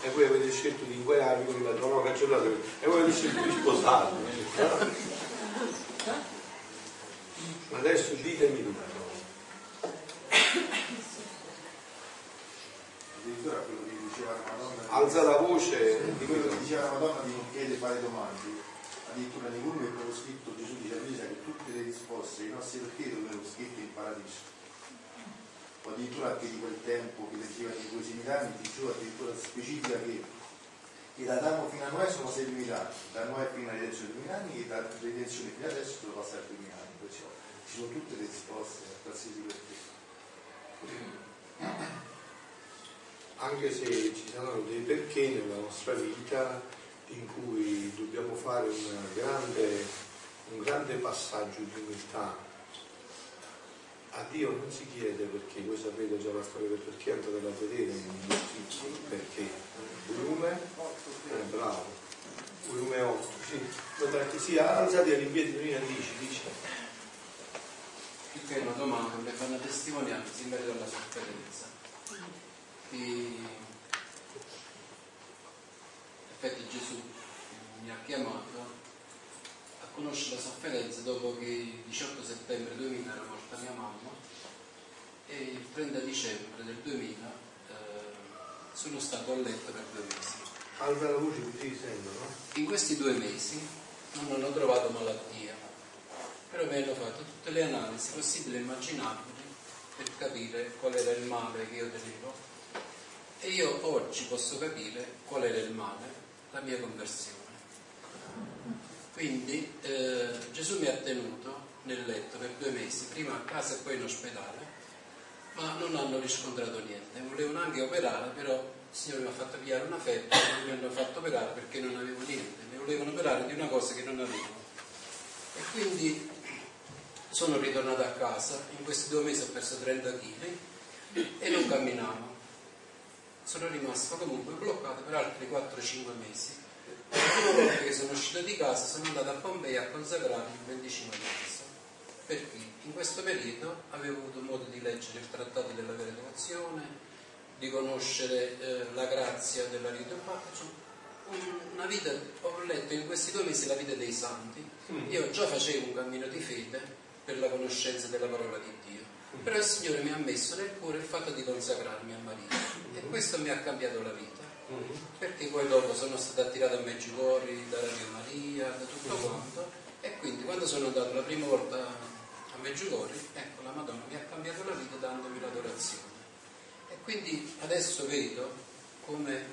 e voi avete scelto di inquadrarvi con il no, cancellate, e voi avete scelto di sposarvi. Ma adesso ditemi tutto. Addirittura quello che diceva la Madonna, alza la voce di quello che diceva la Madonna di non chiedere fare domande, addirittura nei volumi è proprio scritto, Gesù dice alla Chiesa che tutte le risposte ai nostri perché dovevano scritte in paradiso. O addirittura anche di quel tempo che leggeva di 2.000 anni, di Gesù addirittura specifica che da Adamo fino a Noè sono 6.000 anni, da Noè fino alla redenzione 2.000 anni e da redenzione fino adesso sono passati 2.000 anni, perciò ci sono tutte le risposte a qualsiasi perché. Anche se ci saranno dei perché nella nostra vita in cui dobbiamo fare un grande passaggio di umiltà. A Dio non si chiede perché, voi sapete già la storia del perché, andate a vedere perché. Volume, bravo, volume 8, sì, alzati all'impiedi, prima dici. Qui è una domanda, vorrei fare una testimonianza in merito alla sofferenza. In effetti Gesù mi ha chiamato a conoscere la sofferenza dopo che il 18 settembre 2000 era morta mia mamma e il 30 dicembre del 2000 sono stato a letto per 2 mesi. Alza la voce così si sentono. In questi 2 mesi non ho trovato malattia, però mi hanno fatto tutte le analisi possibili e immaginabili per capire qual era il male che io tenevo. E io oggi posso capire qual era il male, la mia conversione. Quindi Gesù mi ha tenuto nel letto per 2 mesi, prima a casa e poi in ospedale, ma non hanno riscontrato niente. Volevano anche operare, però il Signore mi ha fatto pigliare una febbre, non mi hanno fatto operare perché non avevo niente, mi volevano operare di una cosa che non avevo. E quindi sono ritornato a casa, in questi 2 mesi ho perso 30 kg e non camminavo. Sono rimasto comunque bloccato per altri 4-5 mesi. La prima volta che sono uscito di casa sono andato a Pompei a consacrarmi il 25 marzo, perché in questo periodo avevo avuto modo di leggere il trattato della vera devozione, di conoscere la grazia della rito una vita, ho letto in questi 2 mesi la vita dei santi. Io già facevo un cammino di fede per la conoscenza della parola di Dio, però il Signore mi ha messo nel cuore il fatto di consacrarmi a Maria e questo mi ha cambiato la vita, perché poi dopo sono stato attirato a Medjugorje da Radio Maria, da tutto quanto, e quindi quando sono andato la prima volta a Medjugorje, ecco, la Madonna mi ha cambiato la vita dandomi l'adorazione e quindi adesso vedo come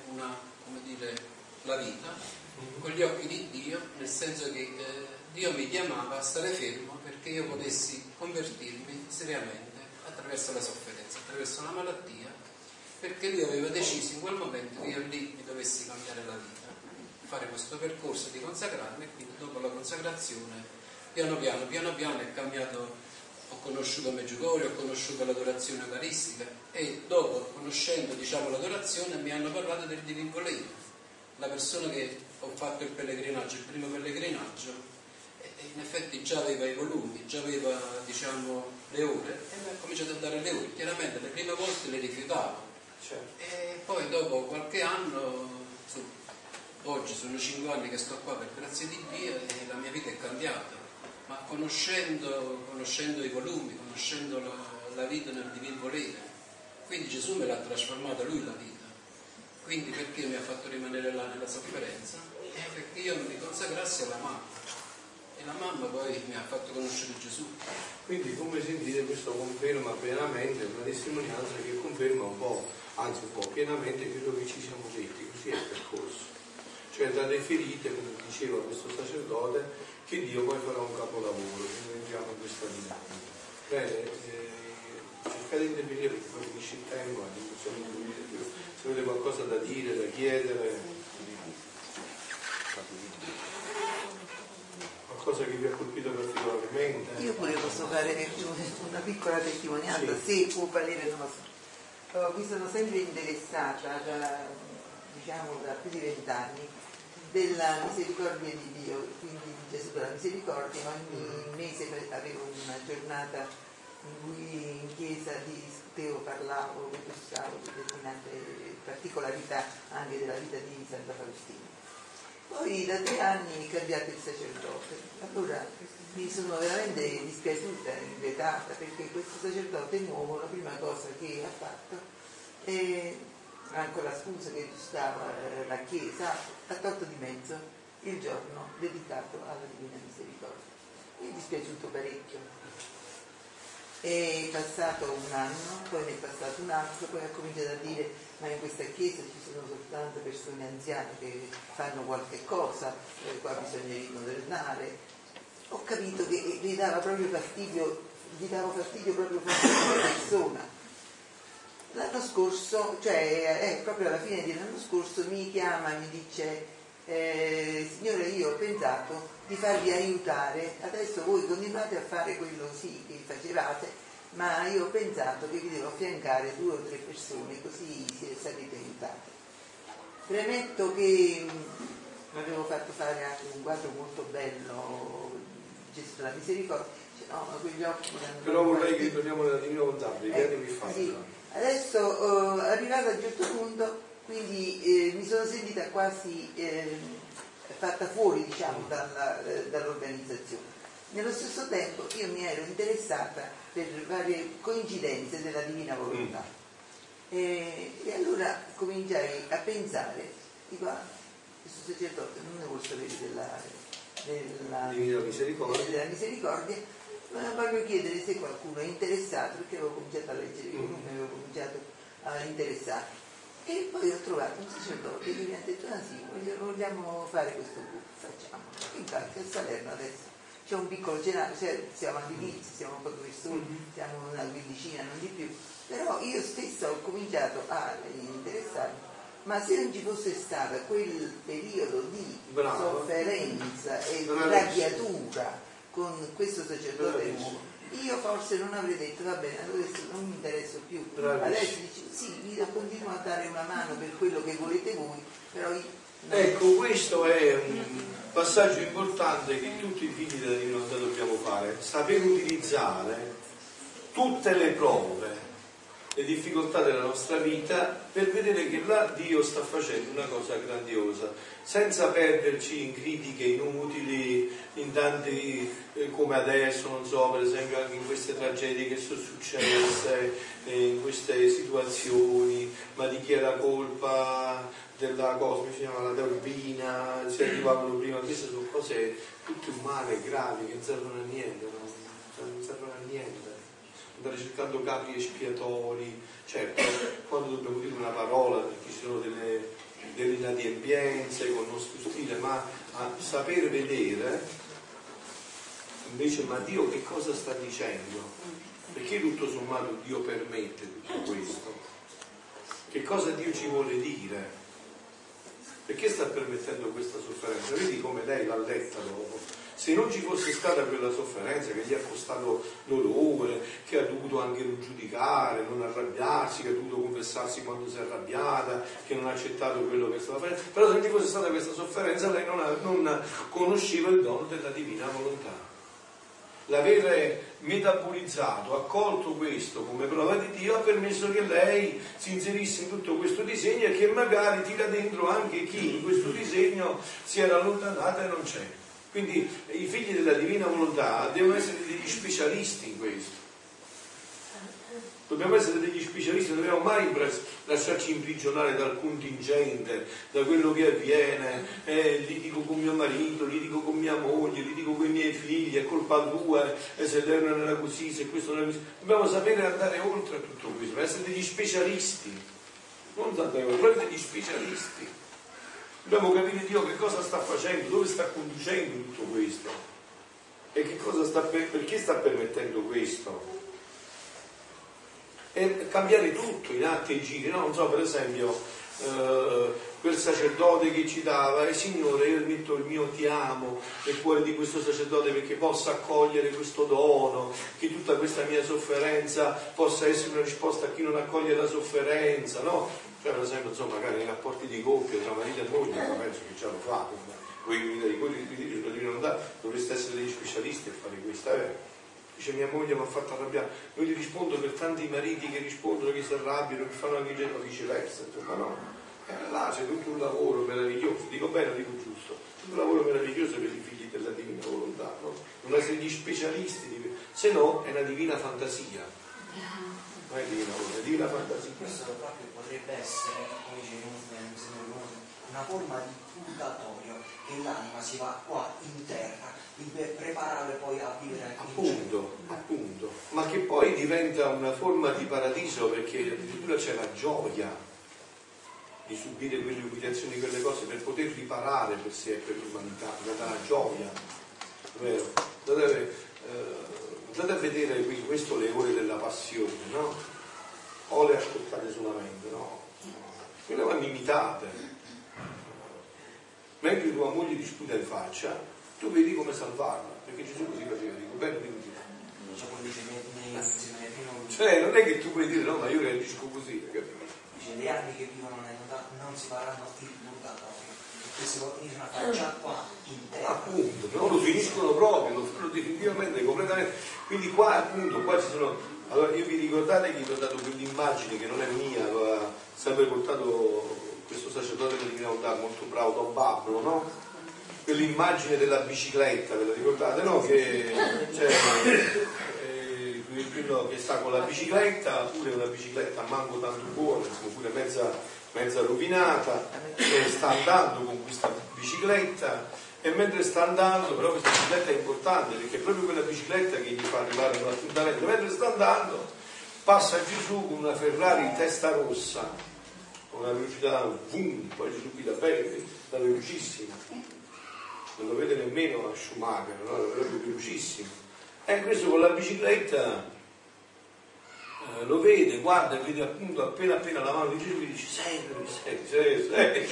la vita con gli occhi di Dio, nel senso che Dio mi chiamava a stare fermo perché io potessi convertirmi seriamente attraverso la sofferenza, attraverso la malattia, perché Lui aveva deciso in quel momento che io lì mi dovessi cambiare la vita, fare questo percorso di consacrarmi, e quindi dopo la consacrazione piano piano è cambiato. Ho conosciuto Medjugorje, ho conosciuto l'adorazione eucaristica e dopo, conoscendo l'adorazione, mi hanno parlato del Divin Volere. La persona che ho fatto il pellegrinaggio, il primo pellegrinaggio, in effetti già aveva i volumi, già aveva le ore e mi ha cominciato a dare le ore. Chiaramente le prime volte le rifiutavo, e poi dopo qualche anno, oggi sono 5 anni che sto qua per grazia di Dio e la mia vita è cambiata, ma conoscendo i volumi, conoscendo la vita nel Divin Volere. Quindi Gesù me l'ha trasformata Lui la vita. Quindi perché mi ha fatto rimanere là nella sofferenza? Perché io mi consacrassi alla mamma e la mamma poi mi ha fatto conoscere Gesù. Quindi come sentite questo conferma pienamente, una testimonianza che conferma un po' pienamente quello che ci siamo detti, così è il percorso. Cioè dalle ferite, come diceva questo sacerdote, che Dio poi farà un capolavoro, che noi entriamo in questa dinamica. Bene, cercate di intervenire perché poi finisce il tempo, non possiamo intervenire più. Se avete qualcosa da dire, da chiedere, qualcosa che vi ha colpito particolarmente. Io pure posso fare una piccola testimonianza, sì. Se può valere, non lo so. Mi sono sempre interessata da più di 20 anni della misericordia di Dio, quindi di Gesù per la misericordia. Ogni mese avevo una giornata in cui in chiesa discutevo, parlavo, discussavo di determinate particolarità anche della vita di Santa Faustina. Poi da 3 anni è cambiato il sacerdote, allora mi sono veramente dispiaciuta, inquietata, perché questo sacerdote nuovo la prima cosa che ha fatto è, anche la scusa che stava la chiesa, ha tolto di mezzo il giorno dedicato alla Divina Misericordia. Mi è dispiaciuto parecchio. È passato un anno, poi ne è passato un altro, poi ha cominciato a dire: ma in questa chiesa ci sono soltanto persone anziane che fanno qualche cosa, qua bisogna rimodernare. Ho capito che gli dava proprio fastidio, gli dava fastidio proprio come persona. L'anno scorso, cioè proprio alla fine dell'anno scorso, mi chiama e mi dice: signore, io ho pensato di farvi aiutare, adesso voi continuate a fare quello sì che facevate, ma io ho pensato che vi devo affiancare 2 o 3 persone, così sarete aiutate. Premetto che mi avevo fatto fare anche un quadro molto bello, Gesù della Misericordia, no, ma quegli occhi però vorrei che torniamo nella Divina Volontà, vediatevi fatto. Sì. Adesso arrivata a un certo punto, quindi mi sono sentita quasi fatta fuori, diciamo, dall'organizzazione. Nello stesso tempo io mi ero interessata per varie coincidenze della Divina Volontà e allora cominciai a pensare, dico: questo sacerdote non ne vuol sapere della misericordia, ma voglio chiedere se qualcuno è interessato, perché avevo cominciato a leggere i volumi, avevo cominciato a interessare. E poi ho trovato un sacerdote che mi ha detto: ah sì, vogliamo fare questo gruppo, facciamo. Infatti a Salerno adesso c'è un piccolo cenario, siamo all'inizio, siamo poche persone, siamo una quindicina, non di più, però io stessa ho cominciato a interessarmi, ma se non ci fosse stato quel periodo di sofferenza e radiatura con questo sacerdote nuovo, io forse non avrei detto: va bene, adesso non mi interesso più, adesso dico sì, vi continuo a dare una mano per quello che volete voi, però ecco, questo è un passaggio importante che tutti i figli della Divina Volontà dobbiamo fare: saper utilizzare tutte le prove, le difficoltà della nostra vita per vedere che là Dio sta facendo una cosa grandiosa, senza perderci in critiche inutili, in tanti come adesso, non so, per esempio anche in queste tragedie che sono successe, in queste situazioni, ma di chi è la colpa della cosa, mi si chiama la Urbina, si arrivavano prima, queste sono cose tutte umane, gravi, che non servono a niente, non servono a niente. Andare cercando capi espiatori, certo, quando dobbiamo dire una parola perché ci sono delle inadempienze con il nostro stile, ma a saper vedere invece: ma Dio che cosa sta dicendo? Perché tutto sommato Dio permette tutto questo? Che cosa Dio ci vuole dire? Perché sta permettendo questa sofferenza? Vedi come lei l'ha letta dopo. Se non ci fosse stata quella sofferenza che gli ha costato dolore, che ha dovuto anche non giudicare, non arrabbiarsi, che ha dovuto confessarsi quando si è arrabbiata, che non ha accettato quello che stava facendo, però se non ci fosse stata questa sofferenza lei non conosceva il dono della Divina Volontà. L'avere metabolizzato, accolto questo come prova di Dio, ha permesso che lei si inserisse in tutto questo disegno e che magari tira dentro anche chi in questo disegno si era allontanato e non c'è. Quindi i figli della Divina Volontà devono essere degli specialisti in questo. Dobbiamo essere degli specialisti, non dobbiamo mai lasciarci imprigionare dal contingente, da quello che avviene, litigo con mio marito, litigo con mia moglie, litigo con i miei figli, è colpa tua, se lei non era così, se questo non era così. Dobbiamo sapere andare oltre a tutto questo, per essere degli specialisti, non proprio degli specialisti. Dobbiamo capire Dio che cosa sta facendo, dove sta conducendo tutto questo e che cosa perché sta permettendo questo. E cambiare tutto in atti e giri, no? Non so, per esempio quel sacerdote che ci dava: Signore, io metto il mio ti amo nel cuore di questo sacerdote perché possa accogliere questo dono, che tutta questa mia sofferenza possa essere una risposta a chi non accoglie la sofferenza, no? Cioè, per esempio, insomma, magari nei rapporti di coppia tra marito e moglie, ma penso che già lo fate, voi dovreste essere degli specialisti a fare questo, dice mia moglie mi ha fatto arrabbiare, io gli rispondo per tanti mariti che rispondono, che si arrabbiano, che fanno anche gente, viceversa, insomma no. Là c'è tutto un lavoro meraviglioso, dico bene o dico giusto, tutto un lavoro meraviglioso per i figli della divina volontà, no? Non essere gli specialisti, se no è una divina fantasia. Non è divina volontà, è divina fantasia. Questo proprio potrebbe essere, come dice una forma di purgatorio, che l'anima si va qua in terra per preparare poi a vivere anche in cielo. Appunto, ma che poi diventa una forma di paradiso, perché addirittura c'è la gioia di subire quelle umiliazioni, quelle cose per poter riparare per sé e per l'umanità, diventa la gioia, vero? Andate a vedere questo le ore della passione, no? O le ascoltate solamente, no? Quelle vanno imitate. Mentre tua moglie ti sputa in faccia, tu vedi come salvarla, perché Gesù così faceva, dico bene, dico cioè non è che tu puoi dire no, ma io reagisco così, capito? Dice le anime che vivono nell'onda non si faranno il purgatorio, perché si finiscono a fare già qua in terra. Appunto, no? Lo finiscono proprio, lo definitivamente, completamente. Quindi qua appunto, qua ci sono. Allora io vi ricordate che vi ho dato quell'immagine che non è mia, aveva sempre portato questo sacerdote della Divina Volontà molto bravo, Don Babbo, no? Quell'immagine della bicicletta, ve la ricordate, no? Che c'è quello che sta con la bicicletta, pure una bicicletta manco tanto buona, insomma, pure mezza rovinata, e sta andando con questa bicicletta, e mentre sta andando, però questa bicicletta è importante perché è proprio quella bicicletta che gli fa arrivare all'appuntamento. Mentre sta andando passa Gesù con una Ferrari in testa rossa, con una velocità boom, poi Gesù guida bene, da velocissima, non lo vede nemmeno a Schumacher, no? È proprio velocissimo. E questo con la bicicletta lo vede, guarda e vede appunto appena la mano di Gesù e dice segui,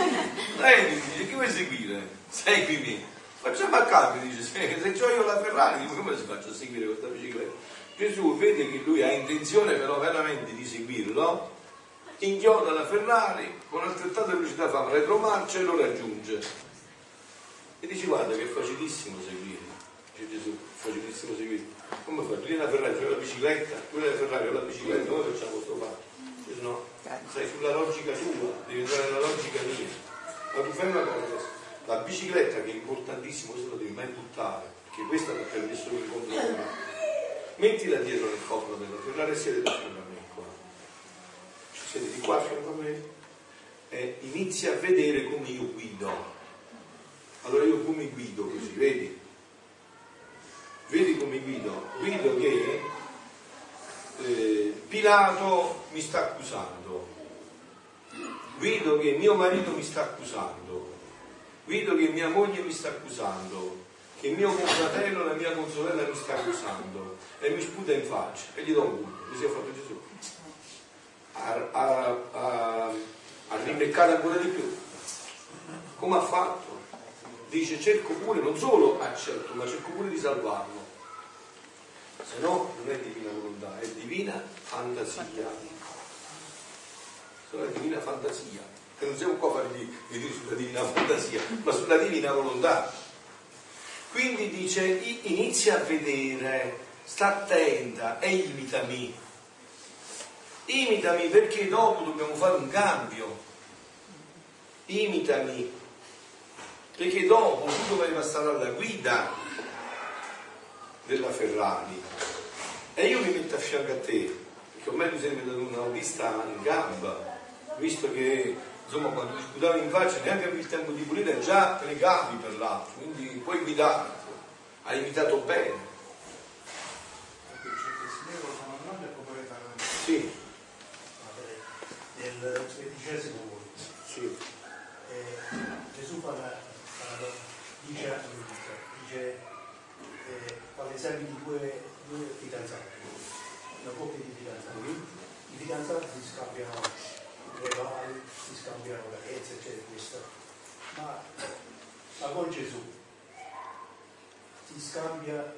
chi vuoi seguire? Seguimi, facciamo a cambio, dice se c'ho io la Ferrari, come si faccio a seguire questa bicicletta? Gesù vede che lui ha intenzione però veramente di seguirlo, inchioda la Ferrari, con altrettanta velocità fa una retromarcia e lo raggiunge e dice guarda che è facilissimo seguire. Gesù, facilissimo seguire. Come fa? Tu vieni a Ferrari, c'è la bicicletta, tu vieni a Ferrari o la bicicletta, come facciamo questo fatto? No, sei sulla logica tua, devi entrare nella logica mia. Ma tu fai una cosa, la bicicletta che è importantissimo, questo lo devi mai buttare, perché questa ti ha permesso l'incontro con me. Mettila dietro nel cofano della Ferrari e siedete fianco a me qua. Ci siete di qua fianco a me e inizi a vedere come io guido. Allora io come guido così, vedi? Vedi come guido che Pilato mi sta accusando, vedo che mio marito mi sta accusando, vedo che mia moglie mi sta accusando, che mio confratello, la mia consorella mi sta accusando e mi sputa in faccia e gli do un punto. Così ha fatto Gesù, ha rimbeccato ancora di più. Come ha fatto? Dice cerco pure, non solo accetto, ma cerco pure di salvarlo. Se no non è divina volontà, è divina fantasia. Se no è divina fantasia. E non siamo qua a fare di sulla divina fantasia, ma sulla divina volontà. Quindi dice inizia a vedere, sta attenta e imitami. Imitami perché dopo dobbiamo fare un cambio. Imitami. Perché dopo tu dovrai stare alla guida della Ferrari e io mi metto a fianco a te, perché ormai tu sei diventato un autista in gamba, visto che insomma quando ti sputavi in faccia neanche avevi il tempo di pulire, già pregavi per l'altro, quindi puoi guidare, hai imitato bene. Sì. Del 13° volto. Sì. Gesù dice fa l'esempio di due fidanzati, una coppia di fidanzati. I fidanzati si scambiano regali, si scambiano carezze, eccetera, questo. Ma con Gesù si scambia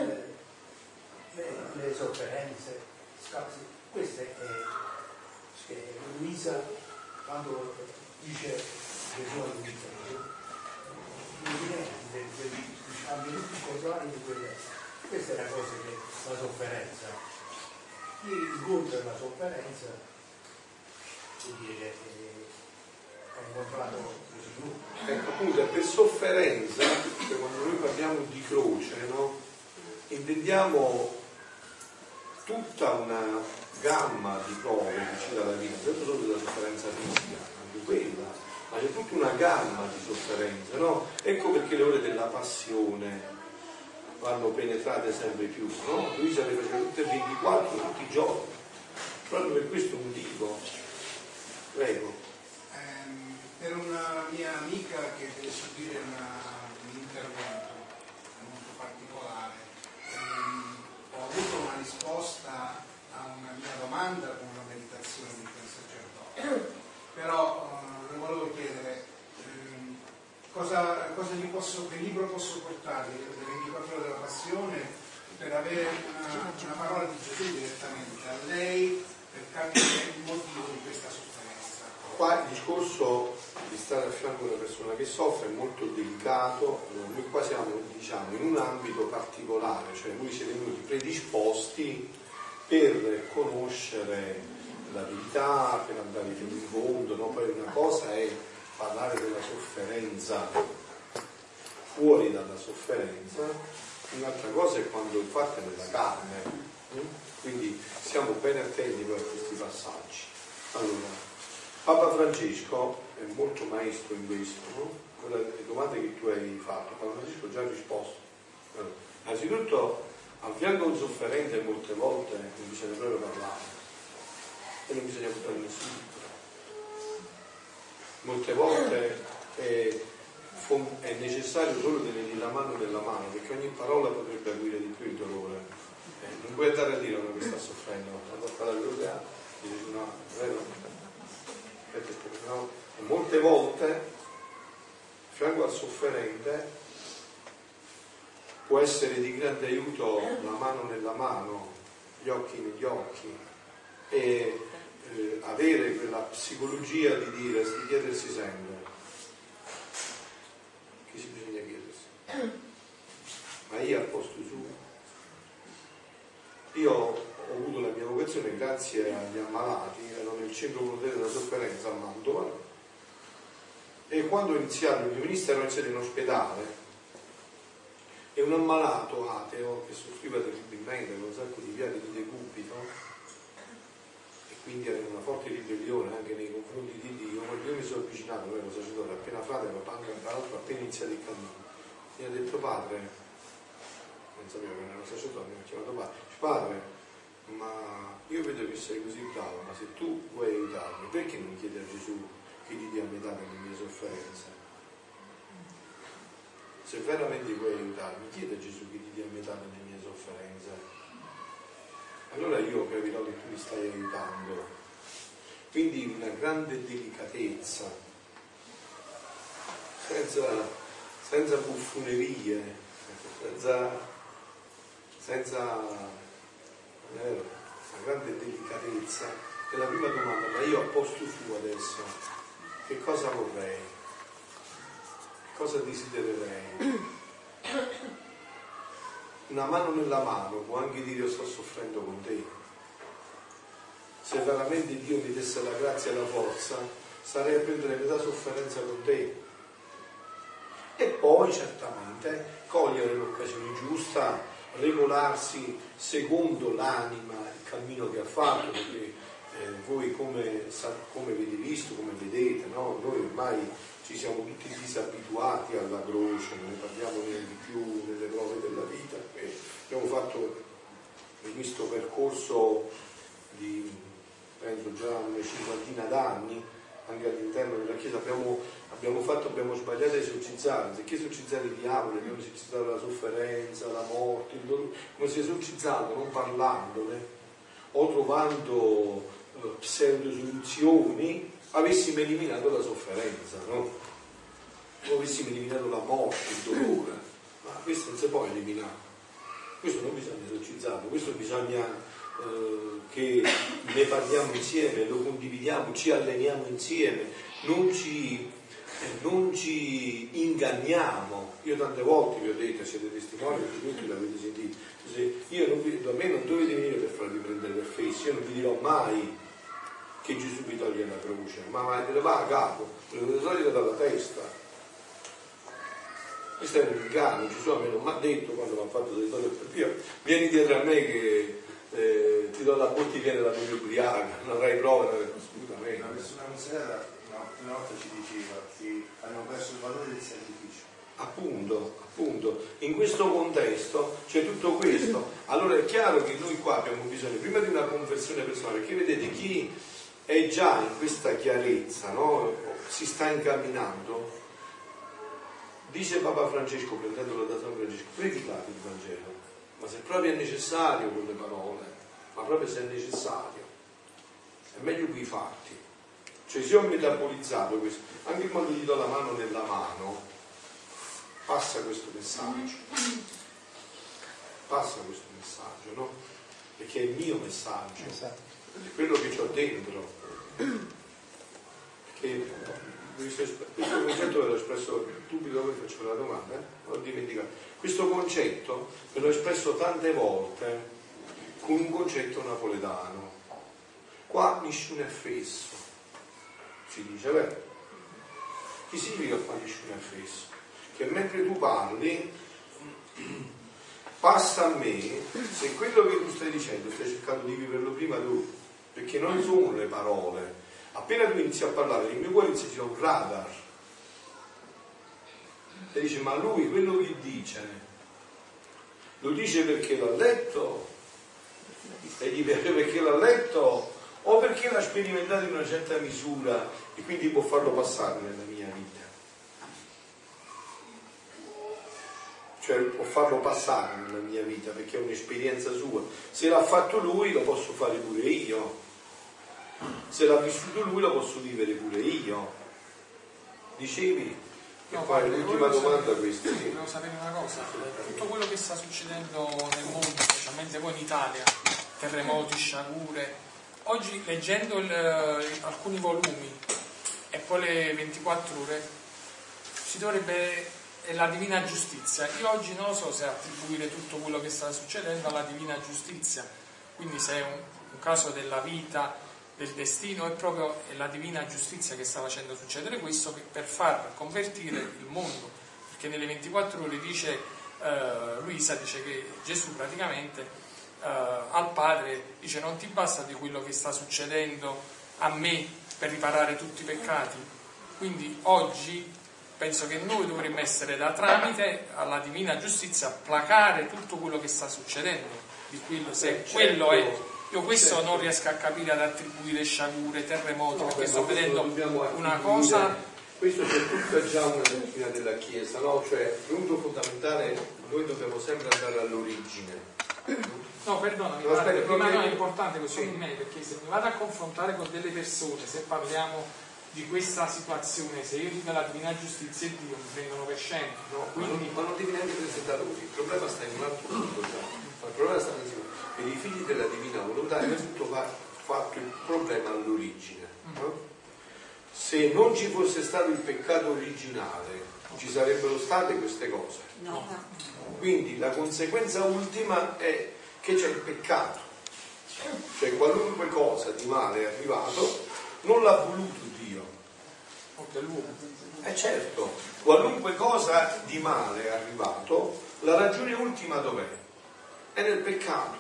le sofferenze. Questa è Luisa quando dice Gesù a Luisa, scambia tutti i contrari di quelle. questa è la cosa che la sofferenza. Chi incontra la sofferenza vuol dire che ha incontrato Gesù. Ecco, appunto, per sofferenza, quando noi parliamo di croce, no? Intendiamo tutta una gamma di prove che ci dà la vita, non solo della sofferenza fisica, anche quella, ma c'è tutta una gamma di sofferenze, no? Ecco perché le ore della passione vanno penetrate sempre più, no? Luisa le faceva tutte e 24, tutti i giorni, proprio per questo motivo. Prego. Per una mia amica che deve subire un intervento molto particolare, ho avuto una risposta a una mia domanda con una meditazione di quel sacerdote, però le volevo chiedere cosa che libro posso portargli delle 24 ore della passione per avere una parola di Gesù direttamente a lei per capire il motivo di questa sofferenza. Qua il discorso di stare a fianco di una persona che soffre è molto delicato. Noi qua siamo, diciamo, in un ambito particolare, cioè voi siete venuti predisposti per conoscere la verità, per andare fino in fondo, no? Poi una cosa è parlare della sofferenza fuori dalla sofferenza, un'altra cosa è quando infatti è nella carne, quindi siamo ben attenti per questi passaggi. Allora, Papa Francesco è molto maestro in questo, no? Le domande che tu hai fatto, Papa Francesco ha già risposto. Allora, innanzitutto, al fianco di un sofferente molte volte non bisogna proprio parlare e non bisogna buttare nessuno. Molte volte è necessario solo tenergli la mano nella mano, perché ogni parola potrebbe acuire di più il dolore. Non puoi andare a dire a uno che sta soffrendo, quando fa la verità, dici no, vero? No? E molte volte a fianco al sofferente può essere di grande aiuto la mano nella mano, gli occhi negli occhi, e avere quella psicologia di chiedersi sempre che si bisogna chiedersi, ma io al posto suo, io ho avuto la mia vocazione grazie agli ammalati, ero nel centro volontario della sofferenza a Mantova, e quando ho iniziato il mio ministero ero iniziato in ospedale e un ammalato ateo che soffriva terribilmente con un sacco di piaghe di decubito e quindi era in una forte ribellione anche nei confronti di Dio, io mi sono avvicinato, lui era un sacerdote, appena frate, tra l'altro appena iniziato il cammino, mi ha detto padre, non sapevo che era un sacerdote, mi ha chiamato padre, ma io vedo che sei così bravo, ma se tu vuoi aiutarmi, perché non chiedi a Gesù che gli dia metà delle mie sofferenze? Se veramente vuoi aiutarmi, chiedi a Gesù che ti dia metà delle mie sofferenze. Allora io capirò che tu mi stai aiutando. Quindi una grande delicatezza, senza buffonerie, senza una grande delicatezza. E la prima domanda, ma io a posto suo adesso che cosa vorrei? Cosa desidererei? Una mano nella mano può anche dire io sto soffrendo con te. Se veramente Dio mi desse la grazia e la forza, sarei a prendere metà sofferenza con te. E poi certamente cogliere l'occasione giusta, regolarsi secondo l'anima, il cammino che ha fatto, perché voi come avete visto, come vedete, no? Noi ormai ci siamo tutti disabituati alla croce, non ne parliamo neanche di più nelle prove della vita. Abbiamo fatto questo percorso di, penso già una cinquantina d'anni, anche all'interno della Chiesa abbiamo sbagliato a esorcizzare, anziché esorcizzare i diavoli, abbiamo esorcizzato la sofferenza, la morte, il dolore, come se esorcizzato non parlandone o trovando pseudo soluzioni avessimo eliminato la sofferenza, no? O avessimo eliminato la morte, il dolore, ma questo non si può eliminare, questo non bisogna esorcizzarlo, questo bisogna che ne parliamo insieme, lo condividiamo, ci alleniamo insieme, non ci non ci inganniamo. Io tante volte vi ho detto, siete testimoni, tutti l'avete sentito, a me non dovete venire per farvi prendere per fesso, io non vi dirò mai che Gesù vi toglie la croce, ma te ne va a capo, te lo dovete togliere dalla testa. Questo è un inganno. Gesù a me non mi ha detto, quando mi ha fatto delle cose per Dio, vieni dietro a me che ti do la bottiglia della tua ubriaca, non avrai prova, assolutamente. Una persona considerata una volta ci diceva che hanno perso il valore del sacrificio. Appunto, in questo contesto c'è tutto questo. Allora è chiaro che noi qua abbiamo bisogno prima di una conversione personale, perché vedete chi è già in questa chiarezza, no? Si sta incamminando. Dice Papa Francesco, prendendolo da San Francesco, predicate il Vangelo, ma se proprio è necessario con le parole, ma proprio se è necessario, è meglio qui i fatti. Cioè se io ho metabolizzato questo, anche quando gli do la mano nella mano, passa questo messaggio, no? Perché è il mio messaggio, è quello che ho dentro. Perché questo concetto ve l'ho espresso subito, poi faccio la domanda, ho dimenticato. Questo concetto ve l'ho espresso tante volte con un concetto napoletano. Qua nessuno è fesso, si dice, vero? Che significa qua nessuno è fesso? Che mentre tu parli passa a me, se quello che tu stai dicendo stai cercando di viverlo prima tu, perché non sono le parole. Appena tu inizi a parlare, il mio cuore inizia a un radar e dice: ma lui quello che dice lo dice perché l'ha letto e gli piace perché l'ha letto, o perché l'ha sperimentato in una certa misura e quindi può farlo passare nella mia vita, cioè può farlo passare nella mia vita perché è un'esperienza sua. Se l'ha fatto lui lo posso fare pure io, se l'ha vissuto lui lo posso vivere pure io. Dicevi? No, poi l'ultima domanda questa. Sì. Volevo sapere una cosa, tutto quello che sta succedendo nel mondo, specialmente poi in Italia, terremoti, sciagure, oggi leggendo alcuni volumi e poi le 24 ore si dovrebbe, è la divina giustizia. Io oggi non lo so se attribuire tutto quello che sta succedendo alla divina giustizia, quindi se è un caso della vita, del destino, è proprio la divina giustizia che sta facendo succedere questo per far convertire il mondo, perché nelle 24 ore dice Luisa dice che Gesù praticamente al Padre dice: non ti basta di quello che sta succedendo a me per riparare tutti i peccati. Quindi oggi penso che noi dovremmo essere da tramite alla divina giustizia, placare tutto quello che sta succedendo, di quello, se quello è. Io questo non riesco a capire, ad attribuire sciagure, terremoti, perché sto vedendo una cosa. Questo c'è tutta già una dottrina della Chiesa, no? Cioè, il punto fondamentale, noi dobbiamo sempre andare all'origine. No, perdonami, no, aspetta, prima no, è importante questo in me, perché se mi vado a confrontare con delle persone, se parliamo di questa situazione, se io dico la divina giustizia e Dio mi prendono per scemo. No, quindi, ma non devi neanche presentare lui, il problema sta in un altro punto già. Il problema sta in per i figli della divina volontà, innanzitutto va fatto il problema all'origine. No? Se non ci fosse stato il peccato originale, ci sarebbero state queste cose. No. Quindi la conseguenza ultima è che c'è il peccato. Cioè qualunque cosa di male è arrivato, non l'ha voluto Dio. Certo, qualunque cosa di male è arrivato, la ragione ultima dov'è? È nel peccato.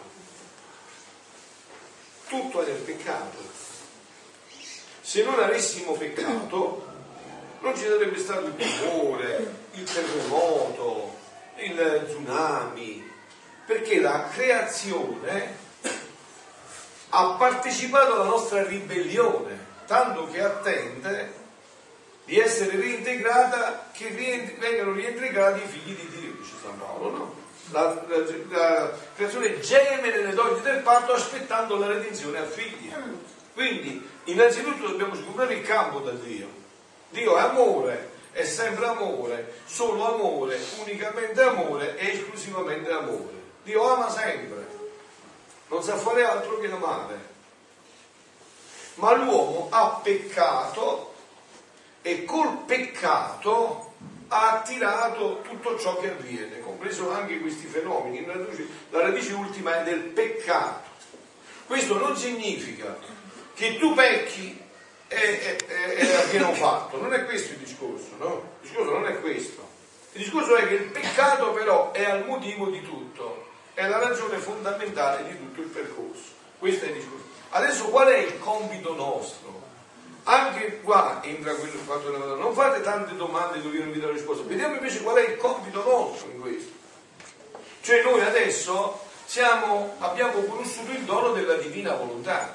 Tutto è nel peccato. Se non avessimo peccato non ci sarebbe stato il tumore, il terremoto, il tsunami, perché la creazione ha partecipato alla nostra ribellione, tanto che attende di essere reintegrata, che vengano reintegrati i figli di Dio, dice San Paolo, no? La creazione geme nelle doglie del parto aspettando la redenzione al figlio. Quindi innanzitutto dobbiamo scoprire il campo da Dio. Dio è amore, è sempre amore, solo amore, unicamente amore e esclusivamente amore. Dio ama sempre, non sa fare altro che amare. Ma l'uomo ha peccato e col peccato ha attirato tutto ciò che avviene, compreso anche questi fenomeni. La radice ultima è del peccato. Questo non significa che tu pecchi e abbiano fatto, non è questo il discorso, no? Il discorso non è questo. Il discorso è che il peccato però è al motivo di tutto, è la ragione fondamentale di tutto il percorso. Questo è il discorso. Adesso qual è il compito nostro? Anche qua entra quello fatto della Madonna. Non fate tante domande dove io non vi do la risposta, vediamo invece qual è il compito nostro in questo. Cioè noi adesso abbiamo conosciuto il dono della divina volontà.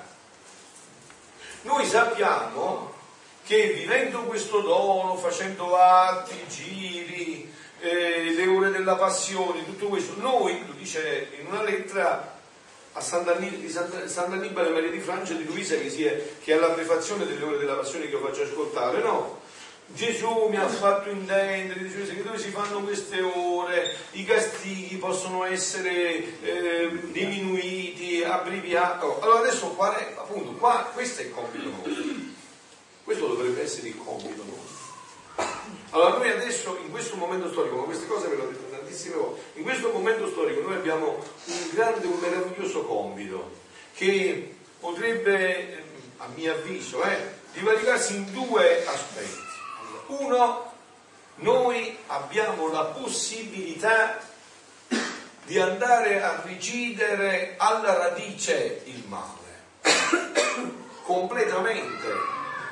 Noi sappiamo che vivendo questo dono, facendo atti, giri, le ore della passione, tutto questo, noi, lo dice in una lettera a Sant'Annibale Maria di Francia di Luisa, che è alla prefazione delle ore della passione che io faccio ascoltare, no? Gesù mi ha fatto intendere, dice, che dove si fanno queste ore i castighi possono essere diminuiti, abbreviati. Allora adesso qual è? Appunto, qua questo è il compito nostro. Questo dovrebbe essere il compito nostro. Allora noi adesso, in questo momento storico, ma queste cose ve l'ho detto tantissime volte, in questo momento storico noi abbiamo un meraviglioso compito che potrebbe, a mio avviso, divaricarsi in due aspetti. Uno, noi abbiamo la possibilità di andare a recidere alla radice il male, completamente.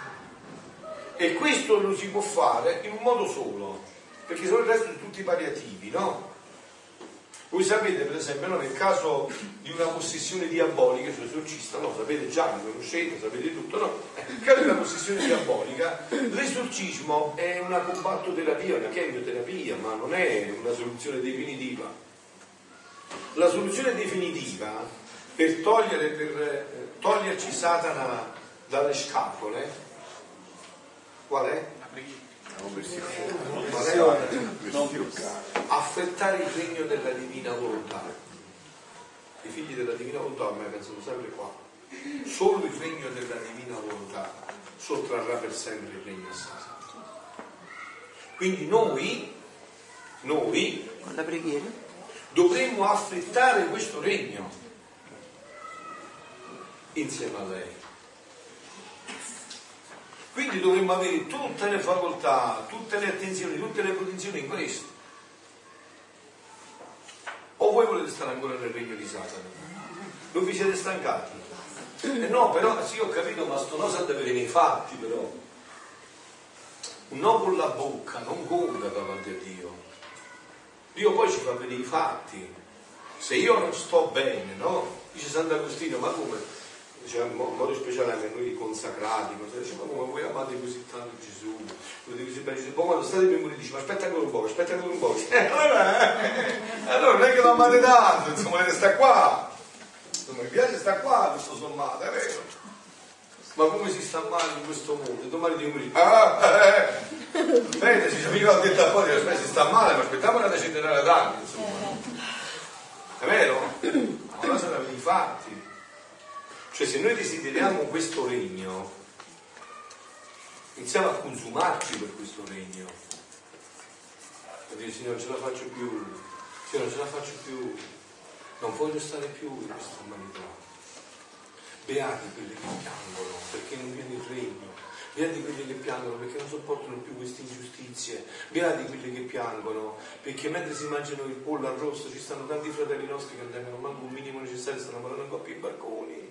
E questo lo si può fare in un modo solo, perché sono il resto di tutti paliativi, no? Voi sapete, per esempio, no, nel caso di una possessione diabolica, cioè esorcista, no? Sapete già, lo conoscete, sapete tutto, no? Nel caso di una possessione diabolica, l'esorcismo è una combattoterapia, una chemioterapia, ma non è una soluzione definitiva. La soluzione definitiva per toglierci Satana dalle scatole, qual è? Affrettare il regno della divina volontà. I figli della divina volontà ormai pensano sempre qua. Solo il regno della divina volontà sottrarrà per sempre il regno a Satana. Quindi noi con la preghiera dovremmo affrettare questo regno insieme a lei. Quindi dovremmo avere tutte le facoltà, tutte le attenzioni, tutte le posizioni in questo. O voi volete stare ancora nel regno di Satana? Non vi siete stancati? No, però sì, ho capito, ma sto no sa da avere nei fatti, però. Un no con la bocca non conta davanti a Dio. Dio poi ci fa vedere i fatti. Se io non sto bene, no? Dice Sant'Agostino, ma come? Diciamo, in modo speciale anche noi consacrati, dice, ma come voi amate così tanto Gesù, poi quando state per morire dice, ma aspetta ancora un po', allora non è che lo amate tanto, insomma, volete sta qua, insomma, mi piace sta qua, tutto sommato, è vero, ma come si sta male in questo mondo? Domani devo morire, aspetta, ci mica ho detto a poi, aspetta, si sta male, ma aspettiamo una decennale d'anni, insomma, è vero? Ma allora saranno i fatti. Cioè se noi desideriamo questo regno, iniziamo a consumarci per questo regno. A dire, Signore, non ce la faccio più, Signore, non ce la faccio più, non voglio stare più in questa umanità. Beati quelli che piangono perché non viene il regno. Beati quelli che piangono perché non sopportano più queste ingiustizie. Beati quelli che piangono perché mentre si mangiano il pollo arrosto ci stanno tanti fratelli nostri che non tengono manco un minimo necessario, stanno parlando un po' più i barconi.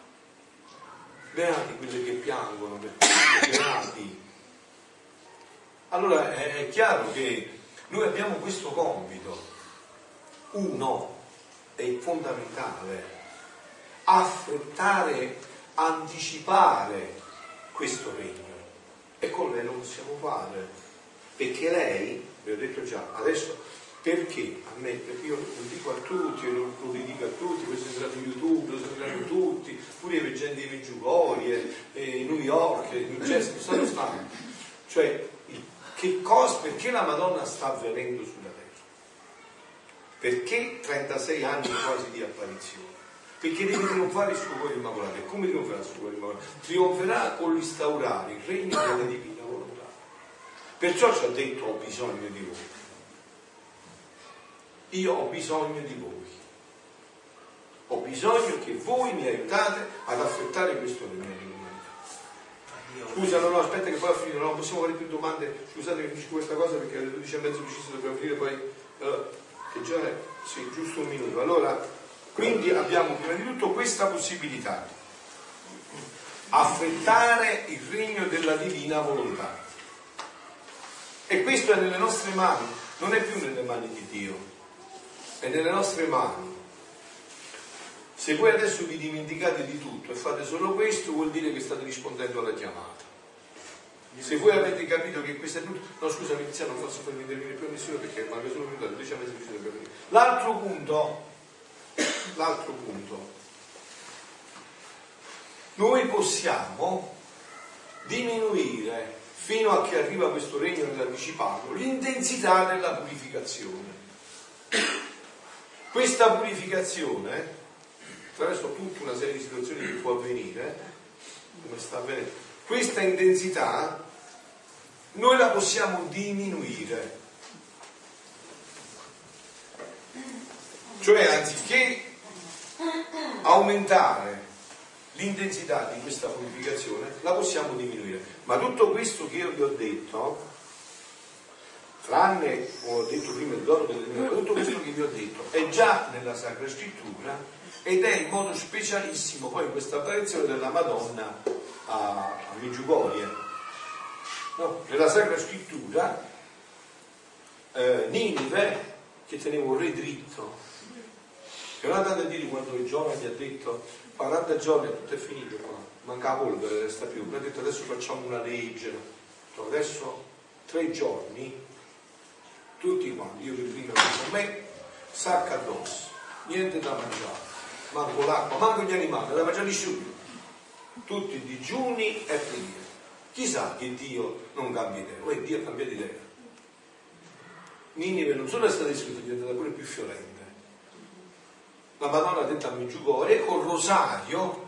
Beati quelli che piangono, beati. Allora è chiaro che noi abbiamo questo compito. Uno è fondamentale: affrettare, anticipare questo regno. E con lei lo possiamo fare. Perché lei, vi ho detto già, adesso perché a me, io lo dico a tutti, lo ridico a tutti, questo è entrato in YouTube, lo sapranno tutti, pure i veggenti di Meggiugorie, New York, New Jersey, stanno stando. Cioè, perché la Madonna sta avvenendo sulla terra? Perché 36 anni quasi di apparizione? Perché deve trionfare il suo cuore immacolato. E come trionferà il suo cuore immacolato? Trionferà con l'instaurare il regno della divina volontà. Perciò ci ha detto: ho bisogno di voi. Io ho bisogno di voi. Ho bisogno che voi mi aiutate ad affrontare questo regno dell'umanità. Scusa, no, aspetta che poi ho finito, non possiamo fare più domande. Scusate che finisco questa cosa perché alle 12:30 preciso dobbiamo finire, poi che già è, sì, giusto un minuto. Allora, quindi abbiamo prima di tutto questa possibilità: affrettare il regno della divina volontà. E questo è nelle nostre mani, non è più nelle mani di Dio, è nelle nostre mani. Se voi adesso vi dimenticate di tutto e fate solo questo, vuol dire che state rispondendo alla chiamata. Se voi avete capito che questo è tutto... No, scusami, Tiziano, non posso farmi intervenire più a nessuno perché manca solo un minuto, alle 10:30 dobbiamo finire. L'altro punto, noi possiamo diminuire fino a che arriva questo regno nell'anticipato l'intensità della purificazione. Questa purificazione, attraverso tutta una serie di situazioni che può avvenire, come sta avvenendo, questa intensità noi la possiamo diminuire. Cioè, anziché aumentare l'intensità di questa purificazione, la possiamo diminuire. Ma tutto questo che io vi ho detto, tranne, come ho detto prima, il dono delle tutto questo che vi ho detto è già nella Sacra Scrittura ed è in modo specialissimo poi in questa apparizione della Madonna a Meggiugorie. No? Nella Sacra Scrittura Ninive, che teneva un re dritto, che non è andato a dire quando Giona gli ha detto 40 giorni e tutto è finito qua, manca la polvere, resta più, mi ha detto adesso facciamo una legge, adesso 3 giorni tutti quanti, io che prima con me, sacca addosso, niente da mangiare, manco l'acqua, manco gli animali, da mangiare nessuno, tutti digiuni e preghiere. Chissà che Dio non cambia idea, o Dio ha cambiato idea. Ninive non solo è stata distrutta, è diventata pure più fiorente. La Madonna ha detto a Meggiugorie, col rosario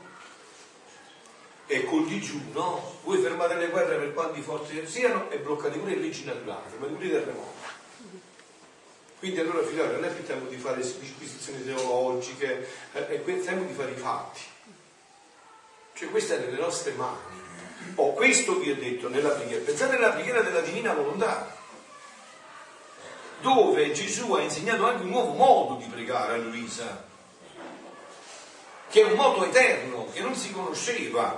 e col digiuno voi fermate le guerre per quanti forti siano e bloccate pure le leggi naturali, fermate pure i terremoti. Quindi allora, figlioli, non è più tempo di fare disquisizioni teologiche, è tempo di fare i fatti. Cioè questo è nelle nostre mani. Questo vi ho detto nella preghiera. Pensate alla preghiera della Divina Volontà, dove Gesù ha insegnato anche un nuovo modo di pregare a Luisa, che è un modo eterno, che non si conosceva,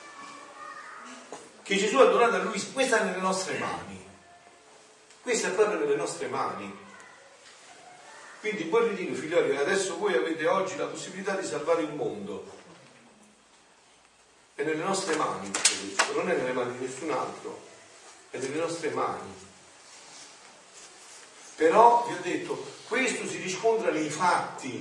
che Gesù ha donato a Luisa. Questa è nelle nostre mani. Questa è proprio nelle nostre mani. Quindi voglio dire, figlioli, adesso voi avete oggi la possibilità di salvare il mondo. È nelle nostre mani tutto questo, non è nelle mani di nessun altro, è nelle nostre mani. Però vi ho detto, questo si riscontra nei fatti,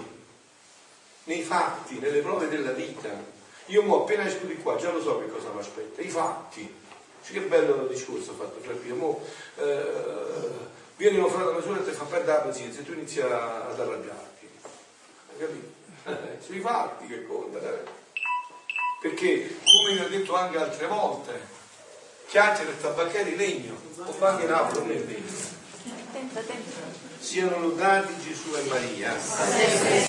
nelle prove della vita. Io mo appena esco di qua già lo so che cosa mi aspetta, i fatti. Che bello il discorso fatto fra Pio. Mo vieni a fare la misura e ti fa perdere la pazienza e tu inizi ad arrabbiarti. Hai capito? Sui fatti che contano. Perché, come vi ho detto anche altre volte, chiacchiere e tabacchiere legno, o fa anche Napoli, non è vero. Siano lodati Gesù e Maria.